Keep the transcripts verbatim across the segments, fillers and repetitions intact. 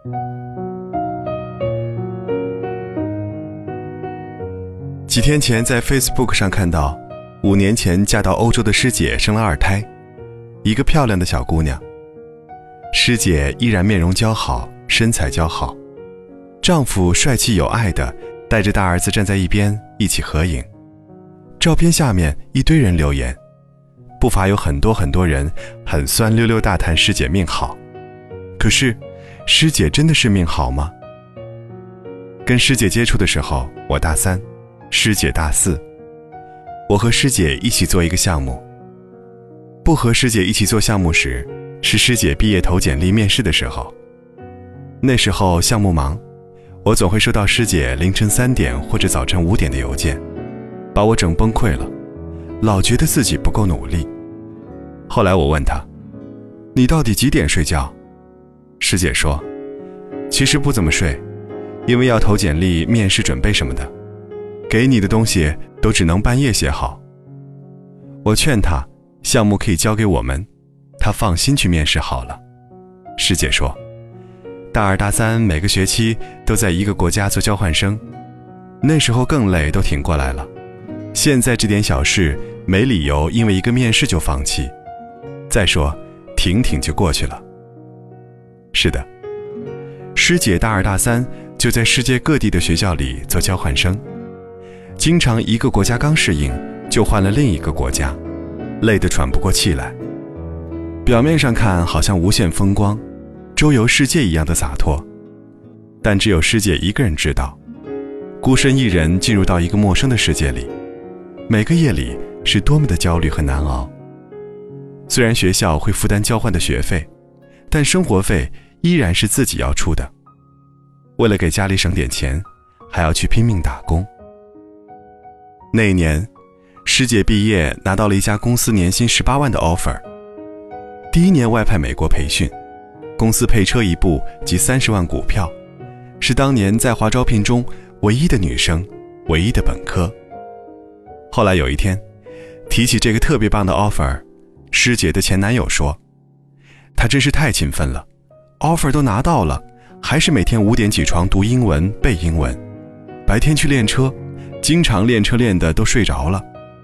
几天前在 Facebook 上看到，五年前嫁到欧洲的师姐生了二胎，一个漂亮的小姑娘。师姐依然面容姣好，身材姣好，丈夫帅气有爱的带着大儿子站在一边一起合影。照片下面一堆人留言，不乏有很多很多人很酸溜溜大叹师姐命好。可是师姐真的是命好吗？跟师姐接触的时候，我大三，师姐大四。我和师姐一起做一个项目。不和师姐一起做项目时，是师姐毕业投简历面试的时候。那时候项目忙，我总会收到师姐凌晨三点或者早晨五点的邮件，把我整崩溃了，老觉得自己不够努力。后来我问她，你到底几点睡觉？师姐说，其实不怎么睡，因为要投简历、面试准备什么的，给你的东西都只能半夜写好。我劝她，项目可以交给我们，她放心去面试好了。师姐说，大二大三每个学期都在一个国家做交换生，那时候更累，都挺过来了。现在这点小事没理由因为一个面试就放弃，再说挺挺就过去了。是的，师姐大二大三就在世界各地的学校里做交换生，经常一个国家刚适应就换了另一个国家，累得喘不过气来。表面上看好像无限风光，周游世界一样的洒脱，但只有师姐一个人知道，孤身一人进入到一个陌生的世界里，每个夜里是多么的焦虑和难熬。虽然学校会负担交换的学费，但生活费依然是自己要出的。为了给家里省点钱，还要去拼命打工。那一年，师姐毕业拿到了一家公司年薪十八万的 offer， 第一年外派美国培训，公司配车一部及三十万股票，是当年在华招聘中唯一的女生，唯一的本科。后来有一天，提起这个特别棒的 offer， 师姐的前男友说，她真是太勤奋了， offer 都拿到了，还是每天五点起床读英文背英文，白天去练车，经常练车练得都睡着了。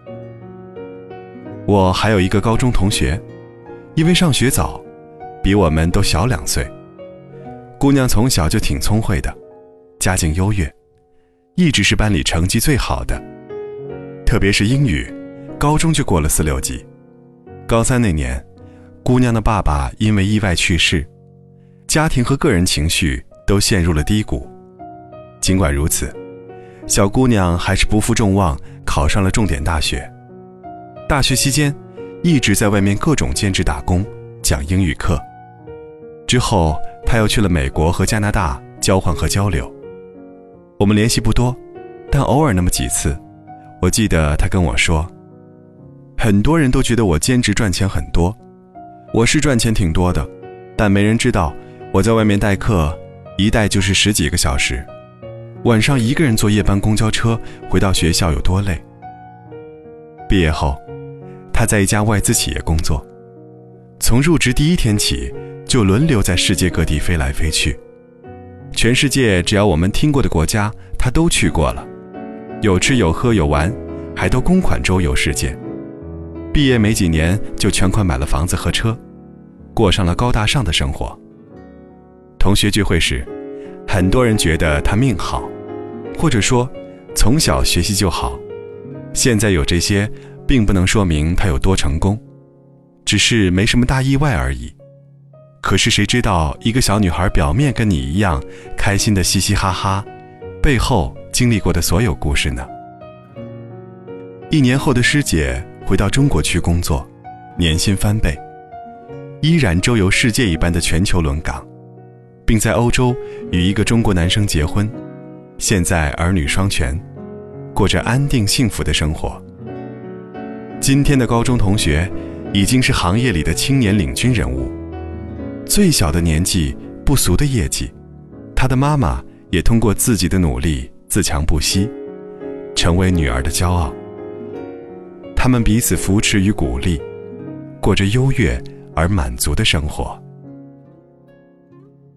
我还有一个高中同学，因为上学早，比我们都小两岁。姑娘从小就挺聪慧的，家境优越，一直是班里成绩最好的，特别是英语，高中就过了四六级。高三那年，姑娘的爸爸因为意外去世，家庭和个人情绪都陷入了低谷。尽管如此，小姑娘还是不负众望，考上了重点大学。大学期间，一直在外面各种兼职打工，讲英语课。之后，她又去了美国和加拿大交换和交流。我们联系不多，但偶尔那么几次，我记得她跟我说，很多人都觉得我兼职赚钱很多，我是赚钱挺多的，但没人知道我在外面代课，一代就是十几个小时，晚上一个人坐夜班公交车回到学校有多累。毕业后，他在一家外资企业工作，从入职第一天起就轮流在世界各地飞来飞去，全世界只要我们听过的国家他都去过了，有吃有喝有玩，还都公款周游世界。毕业没几年就全款买了房子和车，过上了高大上的生活。同学聚会时，很多人觉得他命好，或者说从小学习就好。现在有这些并不能说明他有多成功，只是没什么大意外而已。可是谁知道一个小女孩表面跟你一样开心的嘻嘻哈哈，背后经历过的所有故事呢？一年后的师姐回到中国去工作，年薪翻倍，依然周游世界一般的全球轮岗，并在欧洲与一个中国男生结婚，现在儿女双全，过着安定幸福的生活。今天的高中同学已经是行业里的青年领军人物，最小的年纪，不俗的业绩，他的妈妈也通过自己的努力自强不息，成为女儿的骄傲。他们彼此扶持与鼓励，过着优越而满足的生活。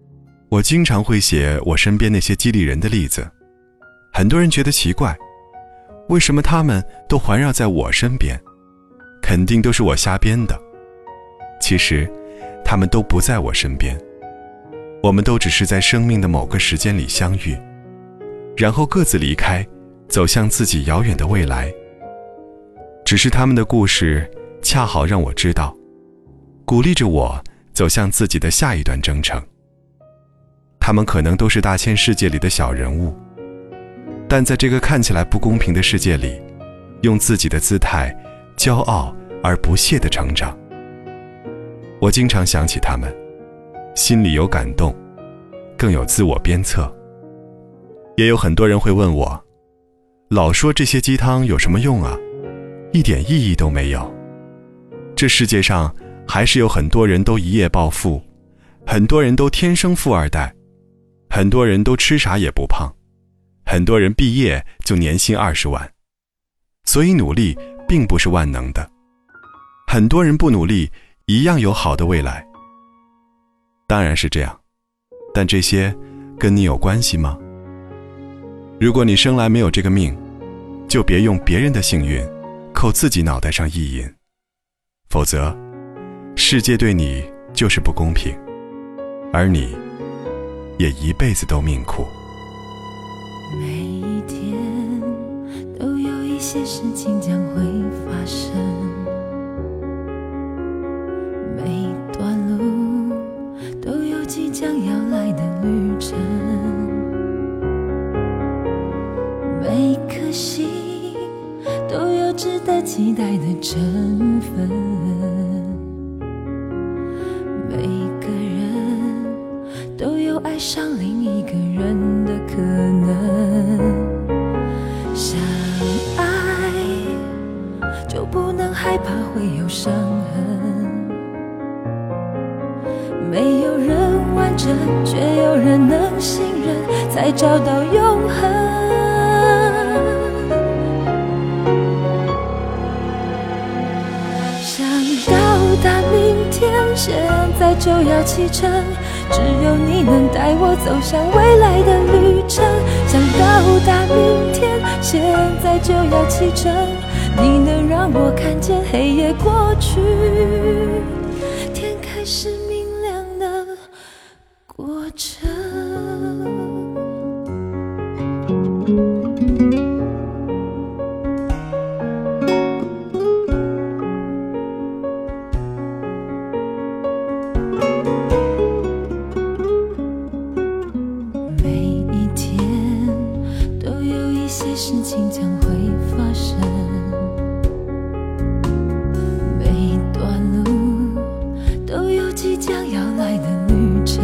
我经常会写我身边那些激励人的例子，很多人觉得奇怪，为什么他们都环绕在我身边？肯定都是我瞎编的。其实，他们都不在我身边，我们都只是在生命的某个时间里相遇，然后各自离开，走向自己遥远的未来。只是他们的故事恰好让我知道，鼓励着我走向自己的下一段征程。他们可能都是大千世界里的小人物，但在这个看起来不公平的世界里，用自己的姿态骄傲而不懈地成长。我经常想起他们，心里有感动，更有自我鞭策。也有很多人会问我，老说这些鸡汤有什么用啊？一点意义都没有。这世界上还是有很多人都一夜暴富，很多人都天生富二代，很多人都吃啥也不胖，很多人毕业就年薪二十万。所以努力并不是万能的，很多人不努力一样有好的未来。当然是这样，但这些跟你有关系吗？如果你生来没有这个命，就别用别人的幸运扣自己脑袋上意淫，否则世界对你就是不公平，而你也一辈子都命苦。 每一天都有一些事情将会发生，每一段路都有即将要来的旅程，每颗心都有值得期待的成分，每个人都有爱上另一个人的可能。相爱就不能害怕会有伤痕，没有人完整，却有人能信任，才找到永恒。到达明天，现在就要启程，只有你能带我走向未来的旅程。想到达明天，现在就要启程，你能让我看见黑夜过去，天开始明亮的过程。事情将会发生，每一段路都有即将要来的旅程，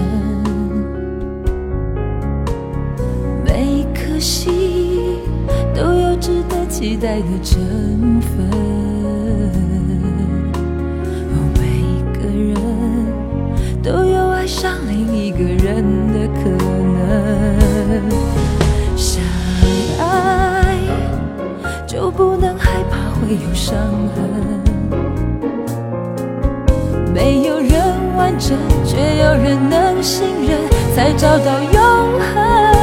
每一颗心都有值得期待的成分，每一个人都有爱上另一个人的可能。就不能害怕会有伤痕，没有人完整，却有人能信任，才找到永恒。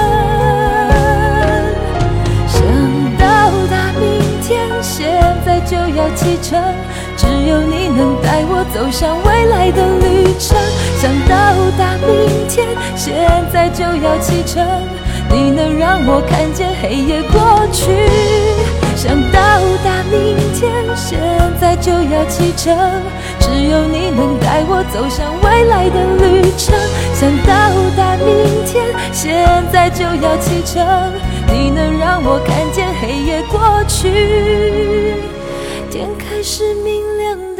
想到达明天，现在就要启程，只有你能带我走向未来的旅程。想到达明天，现在就要启程，你能让我看见黑夜过去。想到达明天，现在就要启程，只有你能带我走向未来的旅程。想到达明天，现在就要启程，你能让我看见黑夜过去，天开始明亮。